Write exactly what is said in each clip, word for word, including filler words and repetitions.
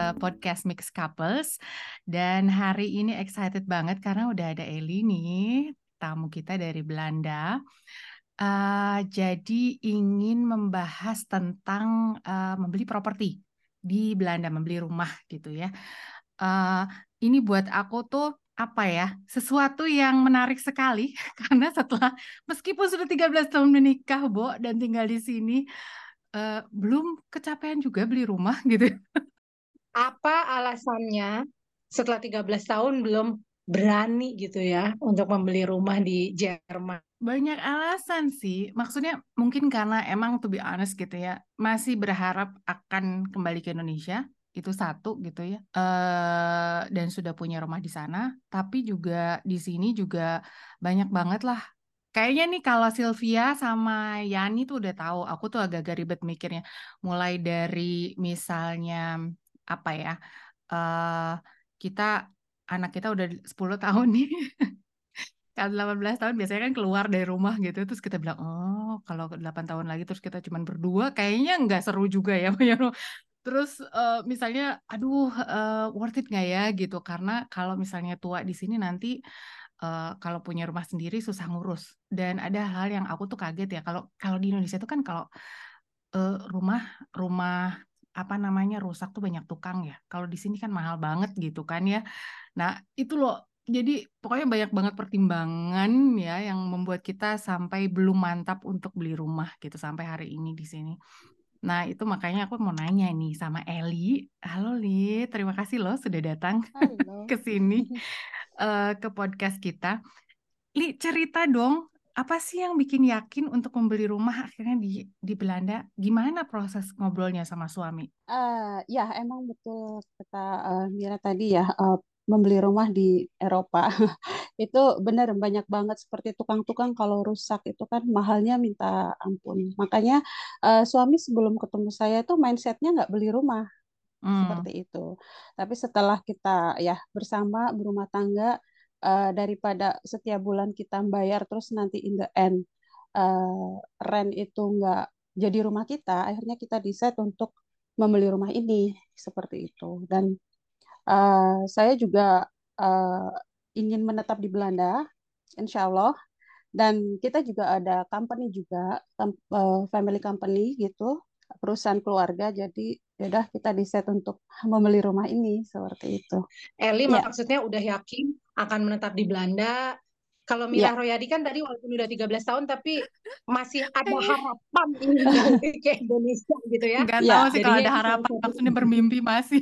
podcast Mixed Couples. Dan hari ini excited banget karena udah ada Eli nih, tamu kita dari Belanda. Uh, jadi ingin membahas tentang uh, membeli properti di Belanda, membeli rumah gitu ya. Uh, ini buat aku tuh apa ya, sesuatu yang menarik sekali karena setelah meskipun sudah tiga belas tahun menikah, Bo, dan tinggal di sini, uh, belum kecapean juga beli rumah gitu. Apa alasannya setelah tiga belas tahun belum berani gitu ya untuk membeli rumah di Jerman? Banyak alasan sih, maksudnya mungkin karena emang to be honest gitu ya, masih berharap akan kembali ke Indonesia, itu satu gitu ya, eh dan sudah punya rumah di sana, tapi juga di sini juga banyak banget lah. Kayaknya nih kalau Sylvia sama Yani tuh udah tahu, aku tuh agak-agak ribet mikirnya, mulai dari misalnya apa ya, eh kita anak kita udah sepuluh tahun nih. Kalau delapan belas tahun biasanya kan keluar dari rumah gitu, terus kita bilang, oh kalau delapan tahun lagi terus kita cuman berdua, kayaknya nggak seru juga ya punya rumah. Terus uh, misalnya, aduh uh, worth it nggak ya gitu, karena kalau misalnya tua di sini nanti uh, kalau punya rumah sendiri susah ngurus. Dan ada hal yang aku tuh kaget ya, kalau kalau di Indonesia tuh kan kalau uh, rumah rumah apa namanya rusak tuh banyak tukang ya. Kalau di sini kan mahal banget gitu kan ya. Nah, itu loh. Jadi pokoknya banyak banget pertimbangan ya yang membuat kita sampai belum mantap untuk beli rumah gitu sampai hari ini di sini. Nah, itu makanya aku mau nanya nih sama Eli. Halo Li, terima kasih loh sudah datang Halo. ke sini uh, ke podcast kita. Li, cerita dong, apa sih yang bikin yakin untuk membeli rumah akhirnya di di Belanda? Gimana proses ngobrolnya sama suami? Uh, ya, emang betul kata uh, Mira tadi ya, uh, membeli rumah di Eropa itu benar banyak banget seperti tukang-tukang kalau rusak itu kan mahalnya minta ampun. Makanya uh, suami sebelum ketemu saya itu mindsetnya nggak beli rumah seperti Hmm. itu. Tapi setelah kita ya bersama berumah tangga, uh, daripada setiap bulan kita bayar terus nanti in the end uh, rent itu nggak jadi rumah kita, akhirnya kita decide untuk membeli rumah ini seperti itu. Dan uh, saya juga uh, ingin menetap di Belanda, insya Allah. Dan kita juga ada company juga, com- uh, family company gitu, perusahaan keluarga. Jadi yaudah kita decide untuk membeli rumah ini seperti itu. Eli Ya, maksudnya udah yakin akan menetap di Belanda. Kalau ya, Mira Royadi kan tadi walaupun udah tiga belas tahun tapi masih ada Eh, harapan ingin balik ke Indonesia gitu ya. nggak tahu ya. sih kalau Jadinya ada itu salah harapan, satu. maksudnya bermimpi masih.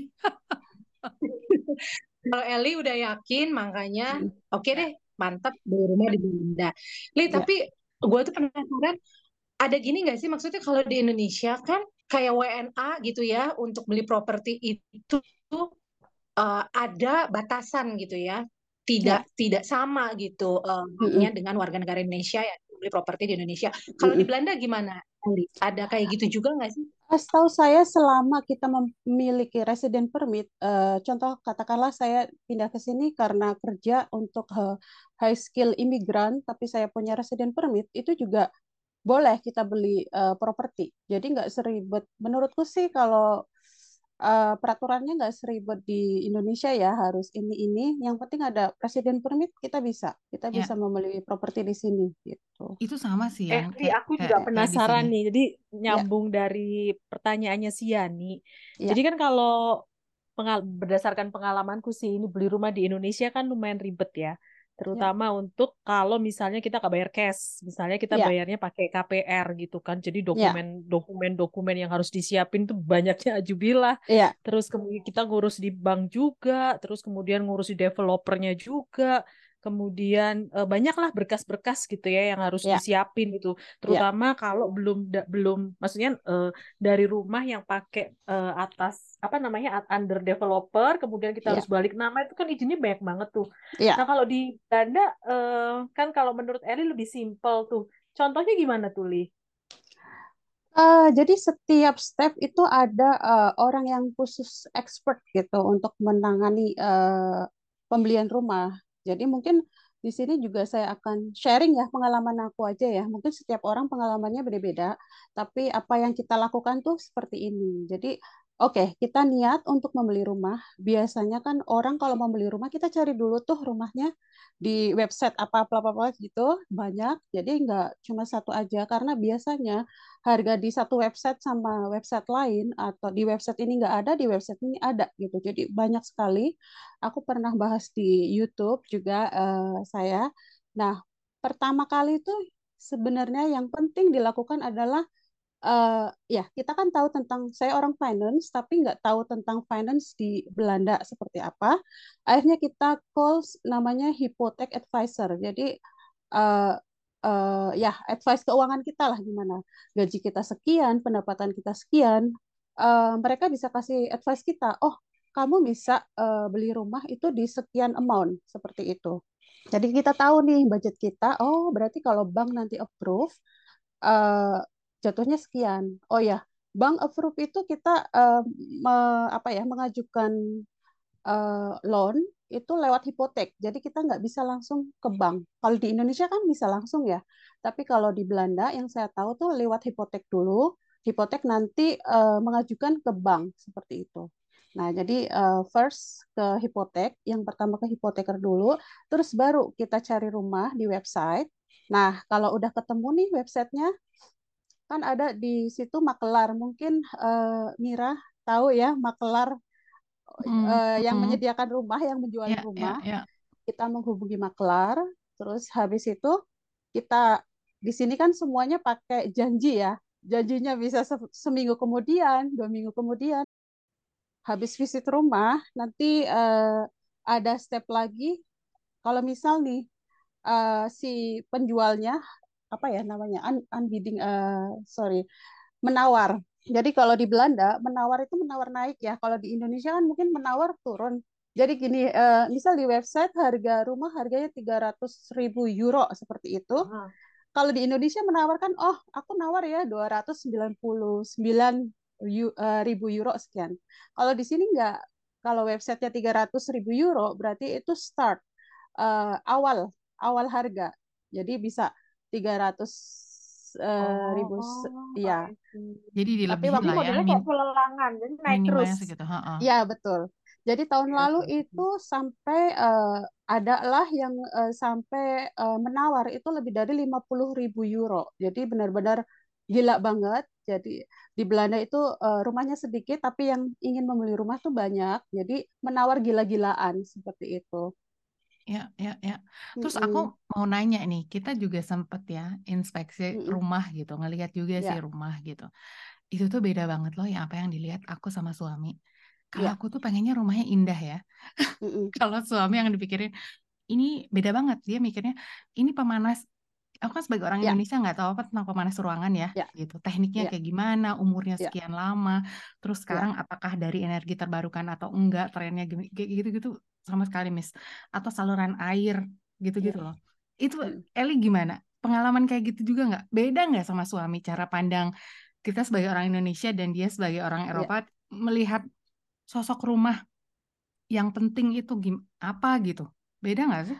Kalau Eli udah yakin makanya Mm, oke deh mantap beli rumah di Belanda. Li ya, tapi gue tuh penasaran ada gini nggak sih maksudnya kalau di Indonesia kan kayak W N A gitu ya untuk beli properti itu uh, ada batasan gitu ya ya. tidak tidak sama gitu uh, halnya Mm-mm, dengan warga negara Indonesia yang beli properti di Indonesia. Kalau di mm-mm. Belanda gimana, Ali? Ada kayak gitu juga nggak sih? Ah, setahu saya selama kita memiliki resident permit, eh, contoh katakanlah saya pindah ke sini karena kerja untuk eh, high skill imigran, tapi saya punya resident permit, itu juga boleh kita beli eh, properti. Jadi nggak seribet. Menurutku sih kalau eh, peraturannya nggak seribet di Indonesia ya harus ini ini. Yang penting ada resident permit kita bisa kita bisa Ya, membeli properti di sini gitu. itu sama sih Eh, ya, Li, kayak aku kayak juga Ya, kayak di penasaran sini. nih. Jadi ya, nyambung dari pertanyaannya si Yani. ya, Jadi kan kalau pengal berdasarkan pengalamanku sih, ini beli rumah di Indonesia kan lumayan ribet ya. ya, Terutama untuk kalau misalnya kita nggak bayar cash, misalnya kita ya, bayarnya pakai K P R gitu kan. Jadi ya, dokumen-dokumen-dokumen yang harus disiapin tuh banyaknya ajubillah. ya, Terus kemudian kita ngurus di bank juga, terus kemudian ngurus di developernya juga. Kemudian eh, banyaklah berkas-berkas gitu ya yang harus ya, disiapin gitu. ya, Terutama kalau belum da- belum maksudnya eh, dari rumah yang pakai eh, atas apa namanya at- under developer, kemudian kita ya, harus balik nama itu kan izinnya banyak banget tuh. ya. Nah, kalau di Belanda eh, kan kalau menurut Eli lebih simpel tuh. Contohnya gimana tuh, Li? Eh, jadi setiap step itu ada eh, orang yang khusus expert gitu untuk menangani eh, pembelian rumah. Jadi mungkin di sini juga saya akan sharing ya pengalaman aku aja ya. Mungkin setiap orang pengalamannya beda-beda, tapi apa yang kita lakukan tuh seperti ini. Jadi Oke, kita niat untuk membeli rumah. Biasanya kan orang kalau membeli rumah kita cari dulu tuh rumahnya di website apa-apa-apa gitu banyak. Jadi nggak cuma satu aja karena biasanya harga di satu website sama website lain atau di website ini nggak ada, di website ini ada gitu. Jadi banyak sekali. Aku pernah bahas di YouTube juga eh, saya. Nah, pertama kali itu sebenarnya yang penting dilakukan adalah eh ya, kita kan tahu tentang, saya orang finance, tapi nggak tahu tentang finance di Belanda seperti apa. Akhirnya kita call namanya hypothec advisor. Jadi eh eh, ya, advice keuangan kita lah gimana. Gaji kita sekian, pendapatan kita sekian. Eh, mereka bisa kasih advice kita. Oh, kamu bisa eh, beli rumah itu di sekian amount seperti itu. Jadi kita tahu nih budget kita. Oh, berarti kalau bank nanti approve eh, jatuhnya sekian. Oh ya, bank approve itu kita eh, me- apa ya mengajukan eh, loan itu lewat hipotek. Jadi kita nggak bisa langsung ke bank. Kalau di Indonesia kan bisa langsung ya. Tapi kalau di Belanda yang saya tahu tuh lewat hipotek dulu. Hipotek nanti eh, mengajukan ke bank seperti itu. Nah, jadi eh, first ke hipotek, yang pertama ke hipoteker dulu, terus baru kita cari rumah di website. Nah, kalau udah ketemu nih websitenya, kan ada di situ makelar. Mungkin eh, Mira tahu ya makelar Hmm, eh, yang hmm. menyediakan rumah, yang menjual Ya, ya, rumah. ya. Kita menghubungi makelar, terus habis itu kita di sini kan semuanya pakai janji ya. Janjinya bisa se- seminggu kemudian, dua minggu kemudian. Habis visit rumah, nanti eh, ada step lagi. Kalau misal nih eh, si penjualnya apa ya namanya un, unbidding eh, sorry menawar. Jadi kalau di Belanda menawar itu menawar naik ya. Kalau di Indonesia kan mungkin menawar turun. Jadi gini, eh, misal di website harga rumah harganya tiga ratus ribu euro seperti itu. Ah. Kalau di Indonesia menawarkan, oh aku nawar ya dua ratus sembilan puluh sembilan eu- eh, ribu euro sekian. Kalau di sini enggak. Kalau websitenya tiga ratus ribu euro berarti itu start eh, awal awal harga. Jadi bisa tiga ratus eh, ribu se- Oh, ya. I see. Jadi Tapi dilebihin Jadi waktu lah ya, modelnya min kayak pelelangan, jadi naik terus. minimalnya segitu. Ha-ha. ya betul. Jadi tahun Oke, lalu oke, oke. itu sampai eh, ada lah yang eh, sampai eh, menawar itu lebih dari lima puluh ribu euro. Jadi benar-benar gila banget. Jadi di Belanda itu eh, rumahnya sedikit, tapi yang ingin membeli rumah tuh banyak. Jadi menawar gila-gilaan seperti itu. Ya, ya, ya. Terus aku Mm-mm. mau nanya nih, kita juga sempet ya inspeksi Mm-mm. rumah gitu, ngelihat juga sih Ya, rumah gitu. Itu tuh beda banget loh yang apa yang dilihat aku sama suami. Kalau ya. aku tuh pengennya rumahnya indah ya. Mm-mm. Kalau suami yang dipikirin, ini beda banget. Dia mikirnya, ini pemanas. Aku kan sebagai orang Ya, Indonesia nggak tahu apa tentang pemanas ruangan ya, ya, gitu. Tekniknya ya, kayak gimana, umurnya ya, sekian lama, terus ya. sekarang apakah dari energi terbarukan atau enggak, trennya gini- kayak gitu-gitu sama sekali miss. Atau saluran air, gitu-gitu Ya. loh. Itu Mm. Eli gimana? Pengalaman kayak gitu juga nggak? Beda nggak sama suami cara pandang kita sebagai orang Indonesia dan dia sebagai orang Ya. Eropa melihat sosok rumah yang penting itu gim apa gitu? Beda nggak sih?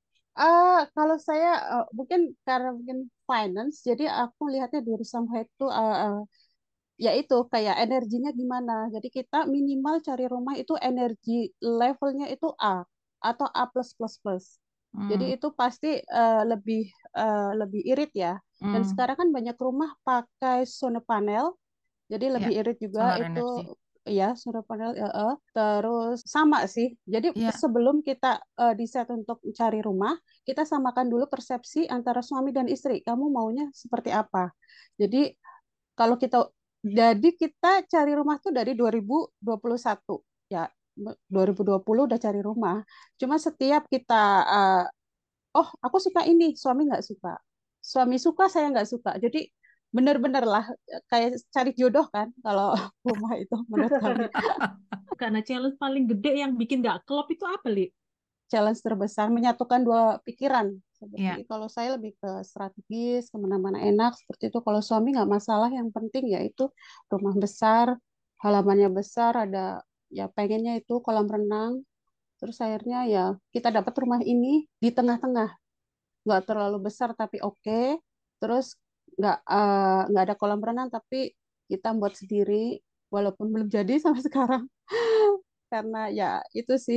Ah, kalau saya eh, mungkin karena mungkin finance, jadi aku lihatnya dari Samsung itu eh, eh, ya itu kayak energinya gimana. Jadi kita minimal cari rumah itu energi levelnya itu A atau A plus plus plus. Jadi Hmm, itu pasti eh, lebih eh, lebih irit ya. Dan hmm, sekarang kan banyak rumah pakai solar panel. Jadi ya, lebih irit juga solar itu energy. ya solar panel ya, eh. Terus sama sih. Jadi Ya, sebelum kita eh, decide untuk cari rumah, kita samakan dulu persepsi antara suami dan istri. Kamu maunya seperti apa? Jadi kalau kita jadi kita cari rumah tuh dari dua ribu dua puluh satu ya dua ribu dua puluh udah cari rumah. Cuma setiap kita eh, oh aku suka ini, suami nggak suka. Suami suka, saya nggak suka. Jadi bener-bener lah kayak cari jodoh kan kalau rumah itu menurut kami. Karena challenge paling gede yang bikin nggak klop itu apa, Li? Challenge terbesar menyatukan dua pikiran. Seperti ya. kalau saya lebih ke strategis, kemana-mana enak seperti itu. Kalau suami nggak masalah, yang penting yaitu rumah besar, halamannya besar, ada ya pengennya itu kolam renang. Terus akhirnya ya kita dapat rumah ini di tengah-tengah, nggak terlalu besar tapi oke. Terus nggak eh, nggak ada kolam renang tapi kita buat sendiri, walaupun belum jadi sampai sekarang. Karena ya itu sih.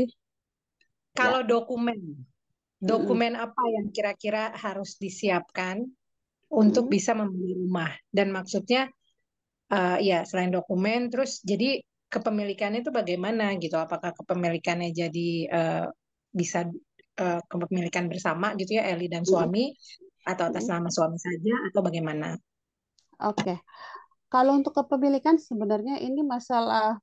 Kalau Ya. dokumen, Mm-mm. dokumen apa yang kira-kira harus disiapkan untuk Mm-mm. bisa membeli rumah? Dan maksudnya eh, ya selain dokumen, terus jadi kepemilikannya itu bagaimana gitu? Apakah kepemilikannya jadi eh, bisa eh, kepemilikan bersama gitu ya, Eli dan Mm-mm. suami, atau atas Mm-mm. nama suami saja, atau bagaimana? Oke. Kalau untuk kepemilikan sebenarnya ini masalah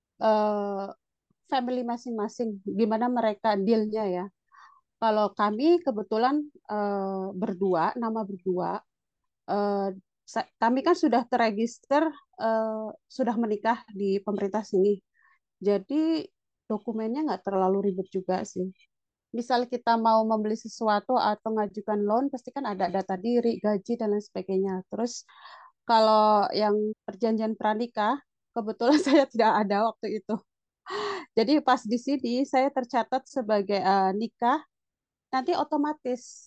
eh, family masing-masing, gimana mereka deal-nya ya. Kalau kami kebetulan eh, berdua, nama berdua, eh, sa- kami kan sudah terregister, eh, sudah menikah di pemerintah sini. Jadi dokumennya nggak terlalu ribet juga sih. Misal kita mau membeli sesuatu atau ngajukan loan, pasti kan ada data diri, gaji, dan lain sebagainya. Terus kalau yang perjanjian pranikah, kebetulan saya tidak ada waktu itu. Jadi pas di sini saya tercatat sebagai eh, nikah, nanti otomatis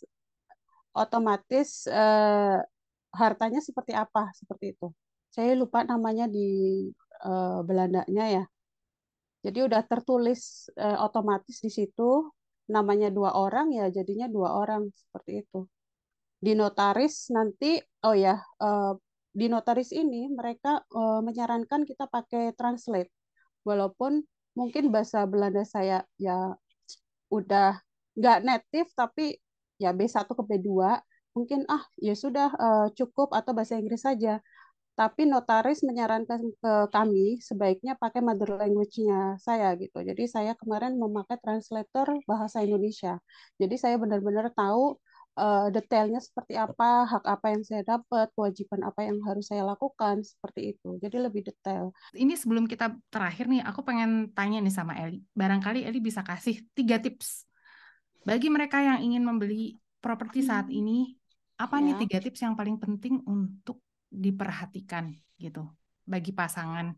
otomatis eh, hartanya seperti apa seperti itu. Saya lupa namanya di eh, Belandanya ya. Jadi udah tertulis eh, otomatis di situ namanya dua orang ya jadinya dua orang seperti itu. Di notaris nanti oh ya eh, di notaris ini mereka eh, menyarankan kita pakai translate walaupun mungkin bahasa Belanda saya ya udah nggak native tapi ya B satu ke B dua mungkin ah ya sudah eh, cukup atau bahasa Inggris saja. Tapi notaris menyarankan ke kami sebaiknya pakai mother language-nya saya gitu. Jadi saya kemarin memakai translator bahasa Indonesia. Jadi saya benar-benar tahu eh, detailnya seperti apa, hak apa yang saya dapat, kewajiban apa yang harus saya lakukan, seperti itu. Jadi lebih detail. Ini sebelum kita terakhir nih, aku pengen tanya nih sama Eli. Barangkali Eli bisa kasih tiga tips bagi mereka yang ingin membeli properti saat ini. Apa nih Ya. tiga tips yang paling penting untuk diperhatikan gitu bagi pasangan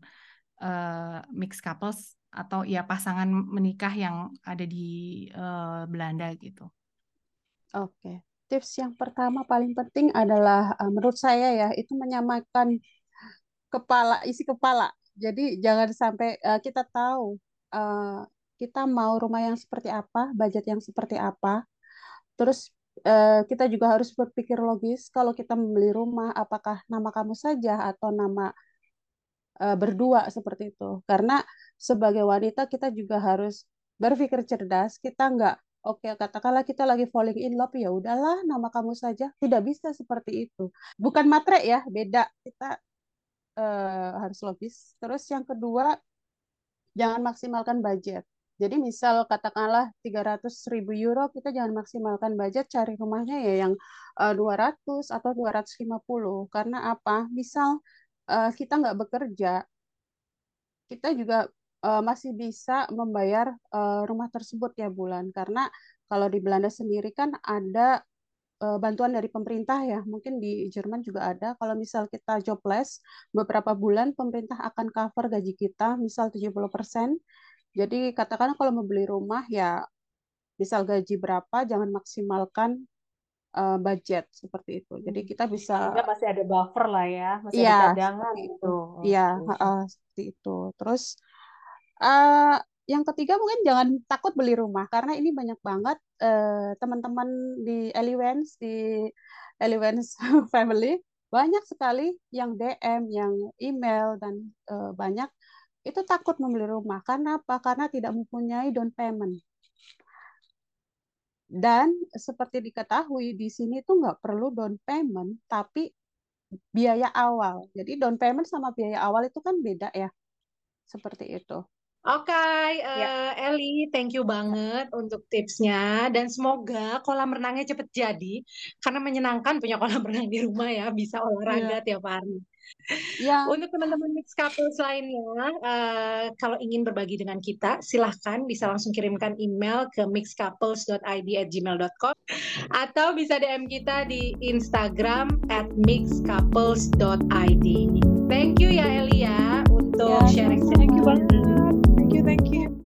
uh, mixed couples atau ya pasangan menikah yang ada di uh, Belanda gitu. Oke. Tips yang pertama paling penting adalah uh, menurut saya ya itu menyamakan kepala isi kepala. Jadi jangan sampai uh, kita tahu uh, kita mau rumah yang seperti apa, budget yang seperti apa. Terus uh, kita juga harus berpikir logis kalau kita membeli rumah apakah nama kamu saja atau nama uh, berdua seperti itu. Karena sebagai wanita kita juga harus berpikir cerdas. Kita nggak oke katakanlah kita lagi falling in love ya udahlah nama kamu saja. Tidak bisa seperti itu. Bukan matre ya, beda. Kita uh, harus logis. Terus yang kedua jangan maksimalkan budget. Jadi misal katakanlah tiga ratus ribu euro, kita jangan maksimalkan budget cari rumahnya ya yang uh, dua ratus atau dua ratus lima puluh. Karena apa? Misal uh, kita nggak bekerja, kita juga uh, masih bisa membayar uh, rumah tersebut ya bulan. Karena kalau di Belanda sendiri kan ada uh, bantuan dari pemerintah ya. Mungkin di Jerman juga ada. Kalau misal kita jobless, beberapa bulan pemerintah akan cover gaji kita, misal tujuh puluh persen. Jadi katakan kalau mau beli rumah ya misal gaji berapa, jangan maksimalkan uh, budget seperti itu. Jadi kita bisa, Sehingga masih ada buffer lah ya, masih ada iya cadangan seperti itu. gitu. Iya, Oke. uh, seperti itu. Terus uh, yang ketiga mungkin jangan takut beli rumah karena ini banyak banget uh, teman-teman di Elewens di Elewens Family banyak sekali yang D M, yang email dan uh, banyak itu takut membeli rumah. Karena apa? Karena tidak mempunyai down payment. Dan seperti diketahui di sini tuh nggak perlu down payment, tapi biaya awal. Jadi down payment sama biaya awal itu kan beda ya. Seperti itu. Oke, okay, Ya. uh, Eli, thank you banget untuk tipsnya dan semoga kolam renangnya cepet jadi karena menyenangkan punya kolam renang di rumah ya, bisa olahraga Iya. tiap hari. Ya. Untuk teman-teman mixed couples lainnya, uh, kalau ingin berbagi dengan kita, silahkan bisa langsung kirimkan email ke mixed couples dot i d at gmail dot com atau bisa D M kita di Instagram at mixed couples dot i d. Thank you ya Eli ya untuk Ya, sharing. Thank you banget. Thank you, thank you.